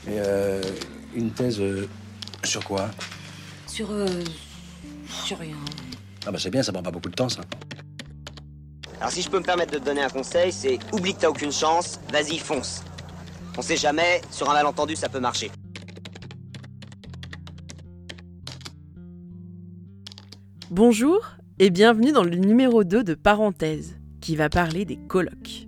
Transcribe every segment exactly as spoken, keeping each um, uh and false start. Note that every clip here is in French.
Et euh, une thèse euh, sur quoi? Sur... Euh, sur rien. Ah bah c'est bien, ça prend pas beaucoup de temps, ça. Alors si je peux me permettre de te donner un conseil, c'est oublie que t'as aucune chance, vas-y, fonce. On sait jamais, sur un malentendu, ça peut marcher. Bonjour et bienvenue dans le numéro deux de Parenthèse, qui va parler des colocs.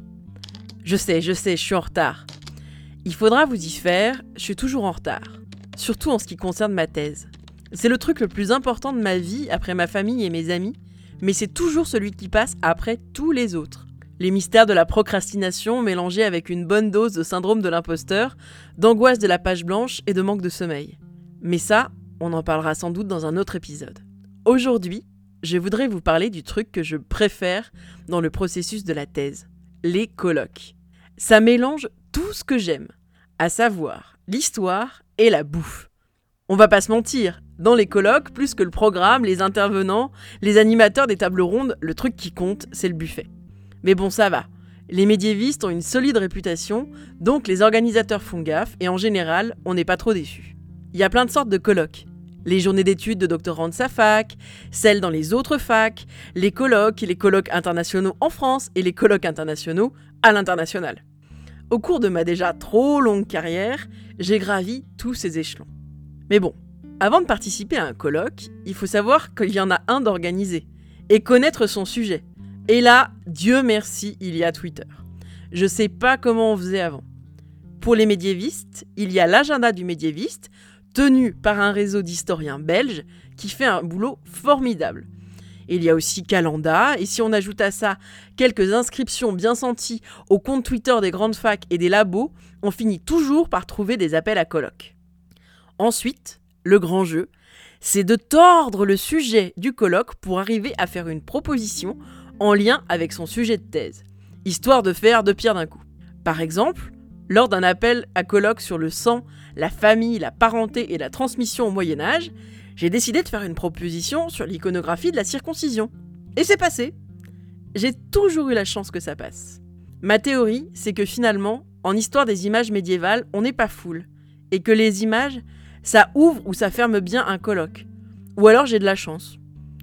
Je sais, je sais, je suis en retard. Il faudra vous y faire, je suis toujours en retard. Surtout en ce qui concerne ma thèse. C'est le truc le plus important de ma vie après ma famille et mes amis, mais c'est toujours celui qui passe après tous les autres. Les mystères de la procrastination mélangés avec une bonne dose de syndrome de l'imposteur, d'angoisse de la page blanche et de manque de sommeil. Mais ça, on en parlera sans doute dans un autre épisode. Aujourd'hui, je voudrais vous parler du truc que je préfère dans le processus de la thèse, les colocs. Ça mélange tout ce que j'aime, à savoir l'histoire et la bouffe. On va pas se mentir, dans les colocs, plus que le programme, les intervenants, les animateurs des tables rondes, le truc qui compte, c'est le buffet. Mais bon, ça va. Les médiévistes ont une solide réputation, donc les organisateurs font gaffe et en général, on n'est pas trop déçus. Il y a plein de sortes de colocs. Les journées d'études de doctorants de sa fac, celles dans les autres facs, les colloques et les colloques internationaux en France et les colloques internationaux à l'international. Au cours de ma déjà trop longue carrière, j'ai gravi tous ces échelons. Mais bon, avant de participer à un colloque, il faut savoir qu'il y en a un d'organisé et connaître son sujet. Et là, Dieu merci, il y a Twitter. Je sais pas comment on faisait avant. Pour les médiévistes, il y a l'agenda du médiéviste, tenu par un réseau d'historiens belges qui fait un boulot formidable. Il y a aussi Calenda, et si on ajoute à ça quelques inscriptions bien senties au compte Twitter des grandes facs et des labos, on finit toujours par trouver des appels à colloques. Ensuite, le grand jeu, c'est de tordre le sujet du colloque pour arriver à faire une proposition en lien avec son sujet de thèse, histoire de faire deux pierres d'un coup. Par exemple, lors d'un appel à colloque sur le sang, la famille, la parenté et la transmission au Moyen-Âge, j'ai décidé de faire une proposition sur l'iconographie de la circoncision. Et c'est passé. J'ai toujours eu la chance que ça passe. Ma théorie, c'est que finalement, en histoire des images médiévales, on n'est pas foule. Et que les images, ça ouvre ou ça ferme bien un colloque. Ou alors j'ai de la chance.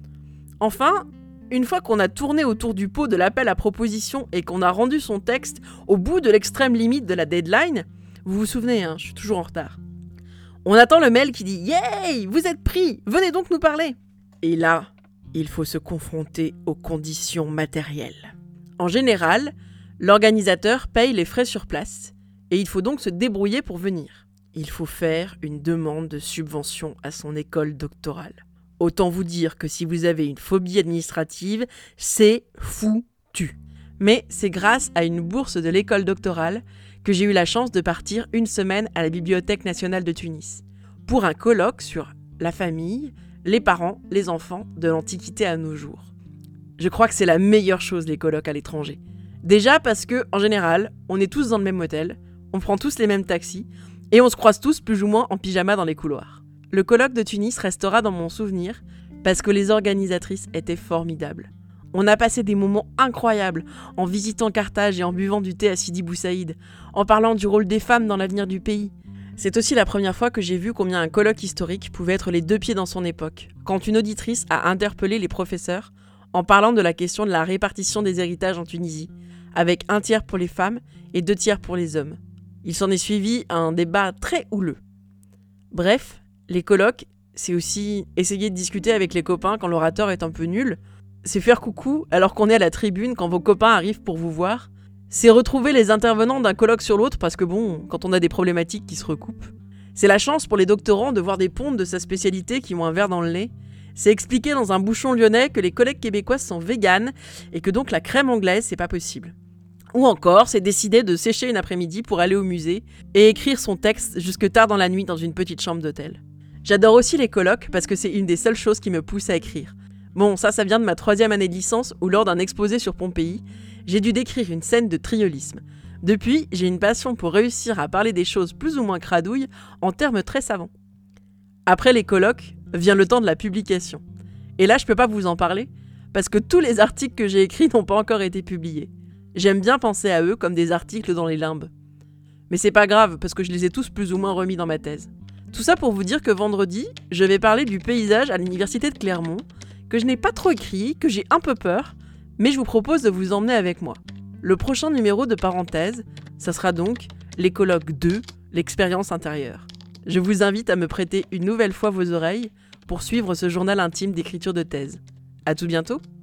Enfin, une fois qu'on a tourné autour du pot de l'appel à proposition et qu'on a rendu son texte au bout de l'extrême limite de la deadline, vous vous souvenez, hein, je suis toujours en retard. On attend le mail qui dit « Yay, vous êtes pris, venez donc nous parler !» Et là, il faut se confronter aux conditions matérielles. En général, l'organisateur paye les frais sur place et il faut donc se débrouiller pour venir. Il faut faire une demande de subvention à son école doctorale. Autant vous dire que si vous avez une phobie administrative, c'est foutu. Mais c'est grâce à une bourse de l'école doctorale que j'ai eu la chance de partir une semaine à la Bibliothèque nationale de Tunis pour un colloque sur la famille, les parents, les enfants de l'Antiquité à nos jours. Je crois que c'est la meilleure chose les colloques à l'étranger. Déjà parce que, en général, on est tous dans le même hôtel, on prend tous les mêmes taxis et on se croise tous plus ou moins en pyjama dans les couloirs. Le colloque de Tunis restera dans mon souvenir parce que les organisatrices étaient formidables. On a passé des moments incroyables en visitant Carthage et en buvant du thé à Sidi Bou Saïd, en parlant du rôle des femmes dans l'avenir du pays. C'est aussi la première fois que j'ai vu combien un colloque historique pouvait être les deux pieds dans son époque, quand une auditrice a interpellé les professeurs en parlant de la question de la répartition des héritages en Tunisie, avec un tiers pour les femmes et deux tiers pour les hommes. Il s'en est suivi un débat très houleux. Bref, les colloques, c'est aussi essayer de discuter avec les copains quand l'orateur est un peu nul. C'est faire coucou alors qu'on est à la tribune quand vos copains arrivent pour vous voir. C'est retrouver les intervenants d'un colloque sur l'autre parce que bon, quand on a des problématiques qui se recoupent. C'est la chance pour les doctorants de voir des pontes de sa spécialité qui ont un verre dans le nez. C'est expliquer dans un bouchon lyonnais que les collègues québécois sont véganes et que donc la crème anglaise, c'est pas possible. Ou encore, c'est décider de sécher une après-midi pour aller au musée et écrire son texte jusque tard dans la nuit dans une petite chambre d'hôtel. J'adore aussi les colloques parce que c'est une des seules choses qui me pousse à écrire. Bon, ça, ça vient de ma troisième année de licence où lors d'un exposé sur Pompéi, j'ai dû décrire une scène de triolisme. Depuis, j'ai une passion pour réussir à parler des choses plus ou moins cradouilles en termes très savants. Après les colloques, vient le temps de la publication. Et là, je peux pas vous en parler parce que tous les articles que j'ai écrits n'ont pas encore été publiés. J'aime bien penser à eux comme des articles dans les limbes. Mais c'est pas grave, parce que je les ai tous plus ou moins remis dans ma thèse. Tout ça pour vous dire que vendredi, je vais parler du paysage à l'université de Clermont, que je n'ai pas trop écrit, que j'ai un peu peur, mais je vous propose de vous emmener avec moi. Le prochain numéro de Parenthèse, ça sera donc les colloques deux, l'expérience intérieure. Je vous invite à me prêter une nouvelle fois vos oreilles pour suivre ce journal intime d'écriture de thèse. À tout bientôt!